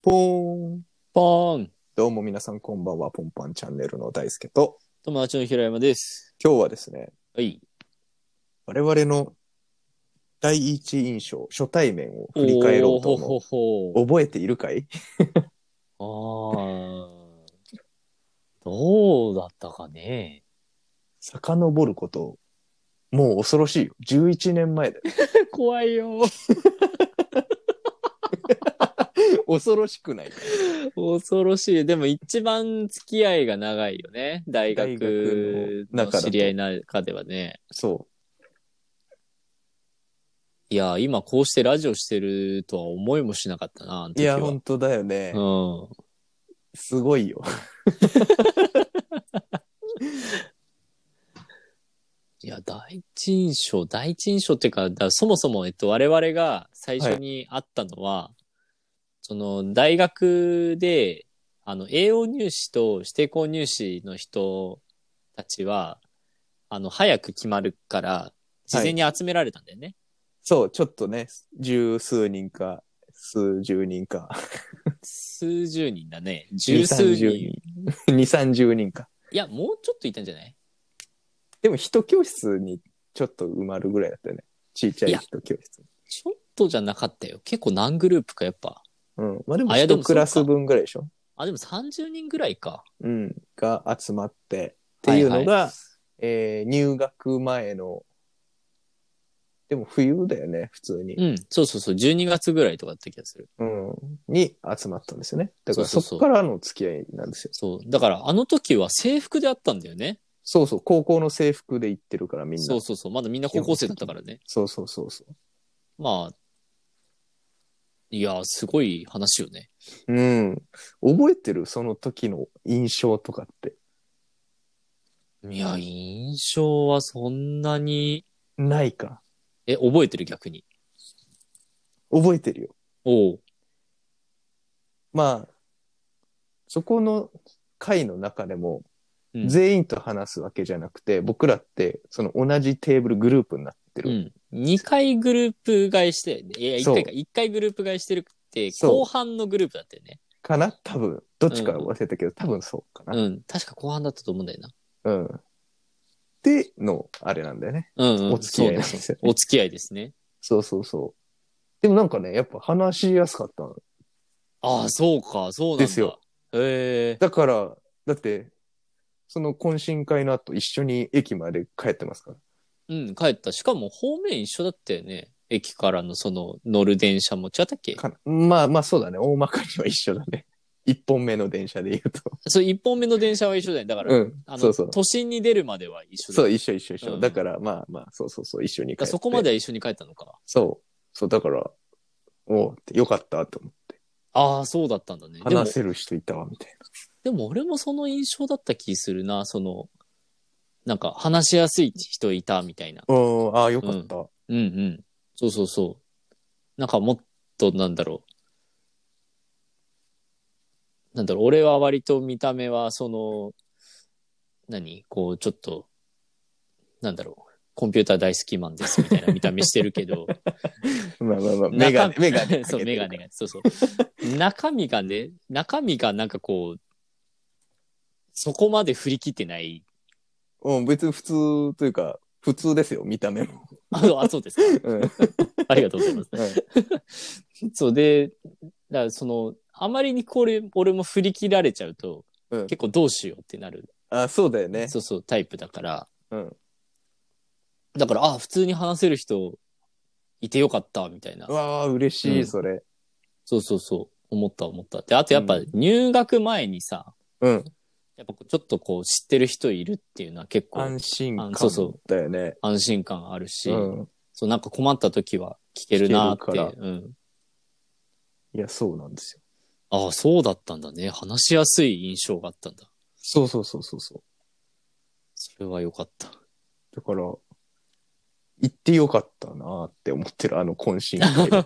ポーン。 ポーン。 どうも皆さんこんばんは。ポンパンチャンネルの大輔と、 友達の平山です。 今日はですね、 はい。 我々の第一印象、初対面を振り返ろおーほうと思ほほ。 う。覚えているかい？ あー、どうだったかね。 遡ること、もう恐ろしいよ。11年前だよ。 怖いよ。 恐ろしくないか？ 恐ろしい。でも一番付き合いが長いよね。大大学の学の中だと。 知り合いの中ではね。 そいや、今こうしてラジオしてるとは思いもしなかったな、あのう。いや、 時は。 本当だようね。 ん。 すごいよ。 いや、第一印象っていうか、そもそも、我々が最初はい。 に会ったのは、その大学で、栄養入試と指定校入試の人たちは、早く決まるから、事はい。 前に集められたんだよね。 そう、ちょっとね、十数人か、数十人か、 数十人だね。 二、 十数 30 人。 人。二、30人か。 いや、もうちょっといたんじゃない？ でも一教室にちょっと埋まるぐらいだったよね。ちっちゃいいや、 一教室。 ちょっとじゃなかったよ。結構何グループかやっぱ。 うん。まあでもあ、いや、で一クラスもそうか。 分ぐらいでしょ？ あ、でも30人ぐらいか。 うん。が集まってっていうはいはい。 のが、入学前の、でも冬だよね、普通に。 うん、そうそうそう。12月ぐらいとかだった気がする。 うん。に集まったんですよね。だからそっそうそうそう。 からの付き合いなんですよ。 そう。だからあの時は制服であったんだよね。 そうそう。高校の制服で行ってるからみんな。 そうそうそう。まだみんな基高校生だっ本的に。 たからね。 そうそうそうそまあ、いや、すごい話よね。 う。うん。覚えてるその時の印象とかって。 いや、印象はそんなに、 ないか。 覚えてる逆に。 覚えてるよ。 おう。 まあ、そこの会の中でも、 うん。 全員と話すわけじゃなくて、僕らってその同じテーブルグループになってる。 うん。2回グループ買いして、いや、1回か。 そう、 1回グループ買いしてるって、後そ半のグループだったよね。 う、かな多分。どっちかうん。 忘れたけど、多分そうかな。 うん。確か後半だったと思うんだよな。 うん。での、あれなんだよね。 うんうん。 お付き合いなんでそうね、そう。 すよね。 お付き合いですね。 そうそうそう。でもなんかね、やっぱ話しやすかったんああ、そうか、そうなんだ。 ですよ。 へえ。 だから、だって、その懇親会の後一緒に駅まで帰ってますから。 うん、帰った。しかも方面一緒だったよね。駅からのその乗る電車も違ったっけ？ まあまあそうだね。大まかには一緒だね。一本目の電車で言うと。 そう、一本目の電車は一緒だよね。だから、 うん。そうそう。 都心に出るまでは一緒だそう、 よね。 一緒一緒一緒。 うん。 だから、まあまあ、そうそうそう、一緒に帰っそこまでて。 は一緒に帰ったのか。 そう。そう、だから、おうってよかったと思って。 ああ、そうだったんだね。でも、 話せる人いたわ、みたい俺もその印象だった気するな。なんか話しやすい人いたみたいな。 な。うん、ああ、ようん。 かった。 うんうん。そうそうそう。なんかもっと俺は割と見た目は、こう、ちょっと、コンピューター大好きマンですみたいな見た目してるけど、 まあまあまあ、 中身、 メガネかそう、 けてるから。 メガネが、そうそう。中身がなんかこう、そこまで振り切ってない。 うん、別に普通というか、普通ですよ、見た目も。 そうですか。 うん。 ありがとうございます。 うん。 そうで、だからあまりに俺も振り切られちゃうと、 うん。 結構どうしようってなる。 あ、そうだよね。 そうそう、タイプだから。 うん。 だから、普通に話せる人いてよかった、みたいな。 うわあ、嬉しい、 うん。 それ。 そうそうそう。思った。で、あとやっぱうん。 入学前にさ、 うん。 やっぱちょっとこう知ってる人いるっていうのは結構、 安心感そうそう、 だよね。 安心感あるうし、 ん。 そうなんか困った時は聞け聞けるなーって、 るから。 うん。 いや、そうなんですよ。 ああ、そうだったんだね。話しやすい印象があったんだ。 そうそうそうそうそう。 それは良かった。 だから、行ってよかったなって思ってる、あの懇親会で。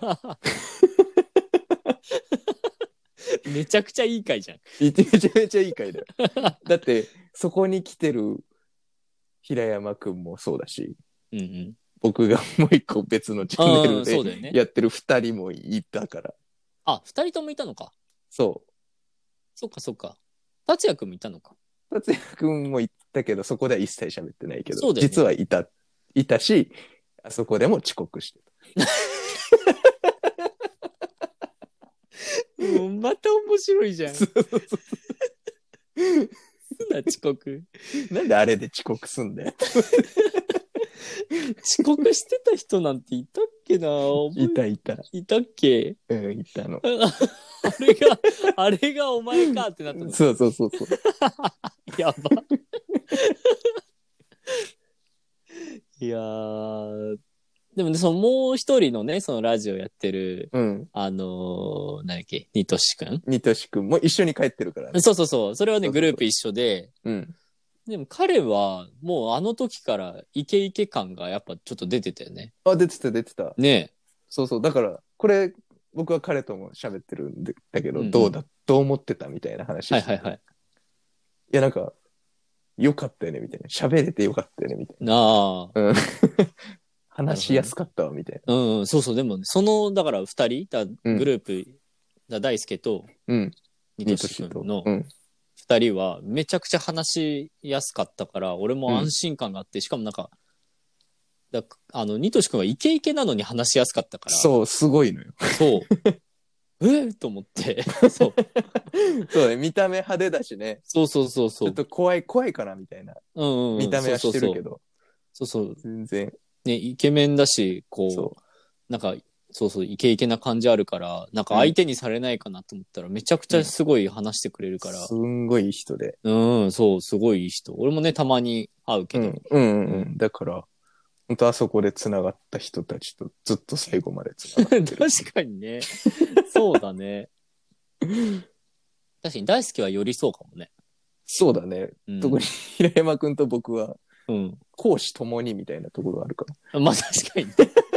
めちゃくちゃいい回じゃん。 めちゃめちゃいい回だよ。だって、そこに来てる平山くんもそうだし、 うんうん。 僕がもう一個別のチャンネルそでうだよね。 やってる二人もいたから。 あ、二人ともいたのか。 そそっかそっか。達也くんもいたのか。 う。達也くんも言ったけど、そこでは一切喋ってないけど、 そうだよね実はいたし、あそこでも遅刻してまた面白いじゃん。 た。そうそうそ遅刻。 うなんであれで遅刻すんだよ。 遅刻してた人なんていたっけな。 いたいた。 いたっけ。 うん、いたの。 あれがお前かってなったの。 そうそうそうそう。 やば。いやー、でもね、そのもう一人のね、そのラジオやってる、 うん。 何だっけ、にとしくん。 にとしくんも一緒に帰ってるからね。 そうそうそう。それはね、 そうそうそうグループ一緒で、 うん。 でも彼はもうあの時からイケイケ感がやっぱちょっと出てたよね。 あ、出てた出てた。 ねそうそう。だから、これ、僕は彼とも喋ってるんだけど、 うんうんどう思ってたみたいな話え。 しててはいはいはい。 いや、なんか、よかったよね、みたいな。喋れてよかったよね、みたいなあ。 な。うん。話しやすかったわ、みたいな。 うんうん、そうそう。でもね、だから二人うんグループ、大輔とうん。 にとしくんのうん。 二人はめちゃくちゃ話しやすかったから、俺も安心感があって、しかもなんか、にとしくんはイケイケなのに話しやすかったから、 そう、すごいのよ。 そう。と思って。そう。 そうね、見た目派手だしね。 そうそうそうそう。 ちょっと怖いかな、みたいな。 うんうんうん。 見た目はしてるけど。 そうそう。 全然。 ね、イケメンだし、 そなんか、そうそう、イケイケな感じあるから、なんか相手にされないかなと思ったら、めちゃくちゃすごい話してくれるから。 すんごいいい人で。 うん、そう、すごいいい人。俺もね、たまに会うけど。 うん。だから、本当あそこで繋がった人たちとずっと最後まで繋がってる。 確かにね。そうだね。確かに大好きは寄りそうかもね。 そうだね。 うん、 特に平山くんと僕は、 うん。 講師ともにみたいなところあるから。 まあ確かにね。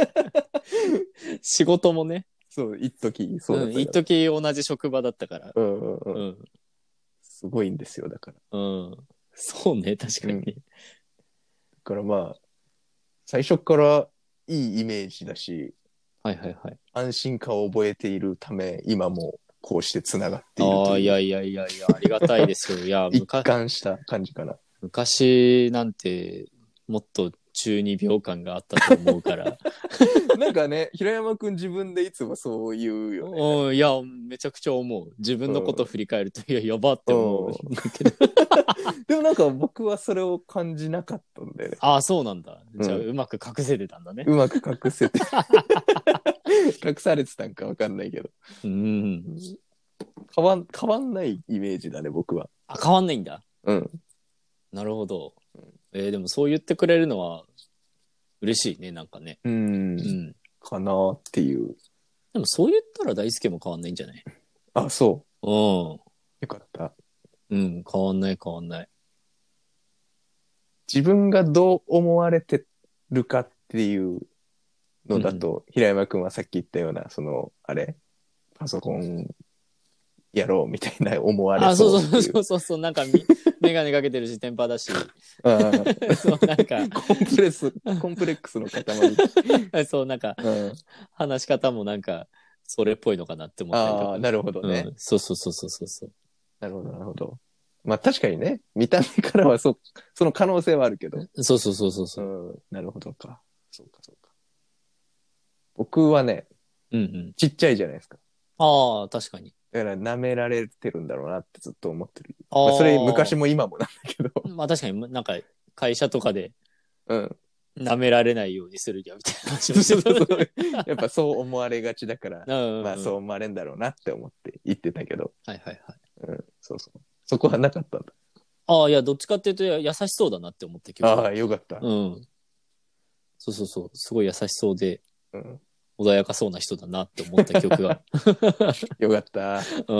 仕事もね。 そう、一時そうだったから。 一時同じ職場だったから。 うん。 ん。 すごいんですよ、だから。 うん。そうね、確かにね。 だからまあ、最初からいいイメージだし、 はいはいはい。 安心感を覚えているため、今もこうして繋がっているああ、 という。 いやいやいやいや、ありがたいですよ。いや、 一貫した感じかな。 昔なんて、もっと中二病感があったと思うから。 なんかね、平山くん自分でいつもそう言うよね。 うん、いや、めちゃくちゃ思う。自分のこと振り返ると、いや、やばって思うんだけど。 でもなんか僕はそれを感じなかったんだよね。 ああ、そうなんだ。じゃあ、 うんうまく隠せてたんだね。 うまく隠せて。隠されてたんかわかんないけど。 うん。 変わんないイメージだね、僕は。 あ、変わんないんだ。 うん。 なるほど。でもそう言ってくれるのは嬉しいね、なんかね。うん。 かなーっていう。 でもそう言ったら大輔も変わんないんじゃない？ あ、そうん。 う。よかった。 うん、変わんない変わんない。 自分がどう思われてるかっていうのだと、平山くんはさっき言ったような、パソコンやろうみたいな思われあ、 そうっていう。 そう、なんかメガネかけてるし、テンパだし。 あそう、なんか、 コンプレックスの塊。 そう、なんか、 うん、 話し方もなんか、それっぽいのかなって思ったりとか。 ああ、なるほどね。 そう。 なるほど、なるほど。まあ確かにね、見た目からはその可能性はあるけど。 そう。 なるほどか。そうか。僕はね、ちっちゃいじゃないですか。 ああ、確かに。 だから舐められてるんだろうなってずっと思ってる。 ああ、 まあ、それ昔も今もなんだけど。 まあ確かになんか、会社とかでうん。 舐められないようにするよ、みたいな話もしてたね。 やっぱそう思われがちだから、 うん。 まあそう思われんだろうなって思って言ってたけど。 はい。 そう。そこはなかったんだ。 ああ、いや、どっちかっていうと優しそうだなって思って今日。 ああ、よかった。 うん。そう。すごい優しそうで、 うん、 穏やかそうな人だなって思った記憶が。 よかった。 うん。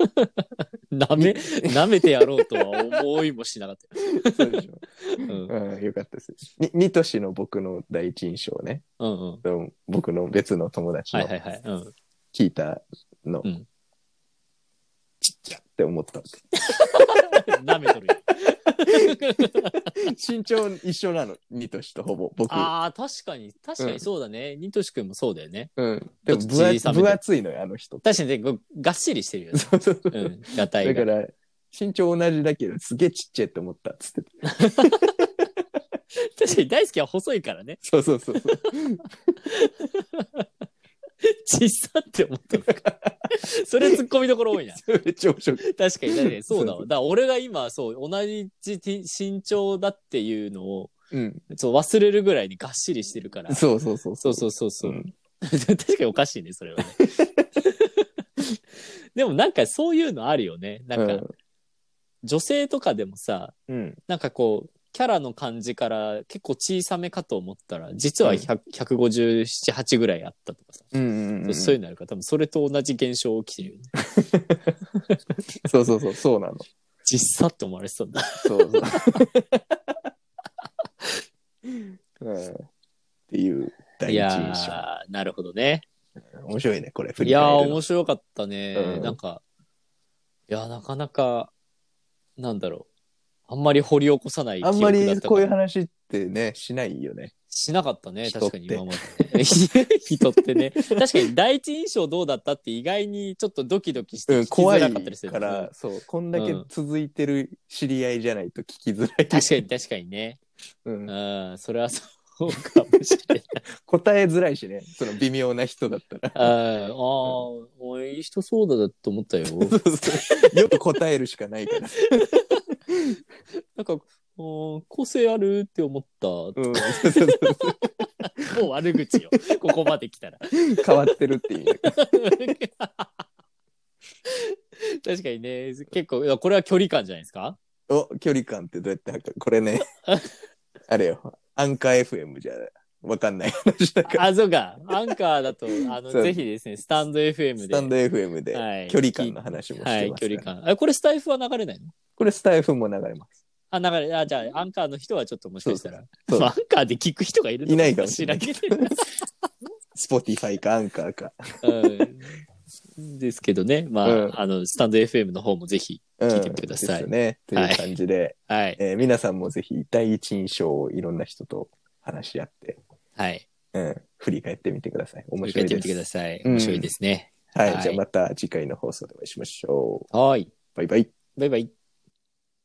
舐めてやろうとは思いもしなかったよ。 そうでしょ。 うん。 よかったです。ニトシの僕の第一印象ね。僕の別の友達のはい。うん。 聞いたの。 うんちっちゃって思った。 舐めとるよ。 身長一緒なの、ニトシとほぼ、僕。 ああ、確かにそうだね。ニトシ君もそうだよね。 うん。でもちょっと小さめで分厚いのよ、あの人。 確かにね、がっしりしてるよね。 そうそうそう。 うん、がたいが。 だから、身長同じだけど、すげえちっちゃいって思ったっつって。 確かに大好きは細いからね。 そうそうそうそう。 小さって思ったのか。それ突っ込みどころ多いな。 それ朝食。 確かにそうだわ。 そうそうだから俺が今、同じ身長だっていうのを、 うん。 忘れるぐらいにがっしりしてるから。 そうそうそうそうそうそうそう。 ん確かにおかしいね、それはね。でもなんかそういうのあるよね。なんか、女性とかでもさ、 うん。 なんかこう、キャラの感じから結構小さめかと思ったら、実は157、8ぐらいあったとかさ。 うんうんうん。 そういうのあるから、多分それと同じ現象起きてるよね。 そうそうそう、そうなの。 実さって思われてたんだ。 そうそう。っていう第一印象。 なるほどね。 面白いね、これ。振いやー、 り返るの面白かったね。 うんなんか、なかなか、なんだろう。あんまり掘り起こさない記あんま憶だったから。 りこういう話ってね、しないよね。 しなかったね、 人って確かに今まで、ね。人ってね。確かに第一印象どうだったって意外にちょっとドキドキして聞きづ怖いらかったりする、 から、そう、こんだけ続いてる知り合いじゃないと聞きづらい。 確かにね。 うん。 それはそうかもしれない。 答えづらいしね、その微妙な人だったら。 いい人そうだと思ったよ。 そうそうよく答えるしかないから。 なんか、個性あるって思った。 うん、 もう悪口よ。ここまで来たら。 変わってるっていう意味だから確かにね、結構、これは距離感じゃないですか？ 距離感ってどうやって測るこれね、あれよ、アンカー FM じゃわかんない話だから。 そうか。アンカーだと、ぜひですね、スタンド FM で。 スタンド FM で距離感の話もしてますから、 距離感。これスタイフは流れないの？ これスタイフも流れます。 じゃあ、アンカーの人はちょっともしかしたら。 そうアンカーで聞く人がいるのいないかもしれない知らんけど。 スポティファイかアンカーか。 ですけどね。スタンド FM の方もぜひ聞いてみてください。 ですね。という感じで、皆さんもぜひ第一印象をいろんな人と話し合って、振り返ってみてください。面白いです。振り返ってみてください。面白いですね。はい。じゃあまた次回の放送でお会いしましょう。はい。バイバイ。バイバイ。